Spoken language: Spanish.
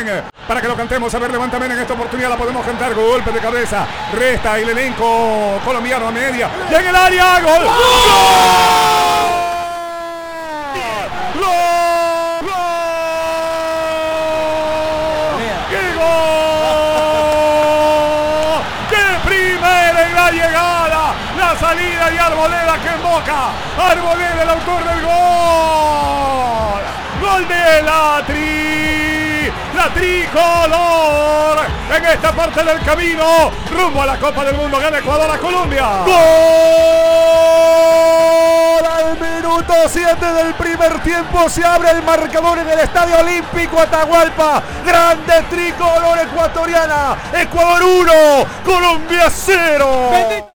también para que lo cantemos. A ver, levántame en esta oportunidad, la podemos cantar. Golpe de cabeza, resta el elenco colombiano a media. Y en el área, gol. ¡Gol! ¡Gol! ¡Qué gol! ¡Qué primera en la llegada! La salida y Arboleda que emboca. Arboleda, el autor del gol. Gol de la tricolor en esta parte del camino rumbo a la Copa del Mundo. Gana Ecuador a Colombia. ¡Gol! Al minuto 7 del primer tiempo se abre el marcador en el Estadio Olímpico Atahualpa. Grande tricolor ecuatoriana. Ecuador 1, Colombia 0.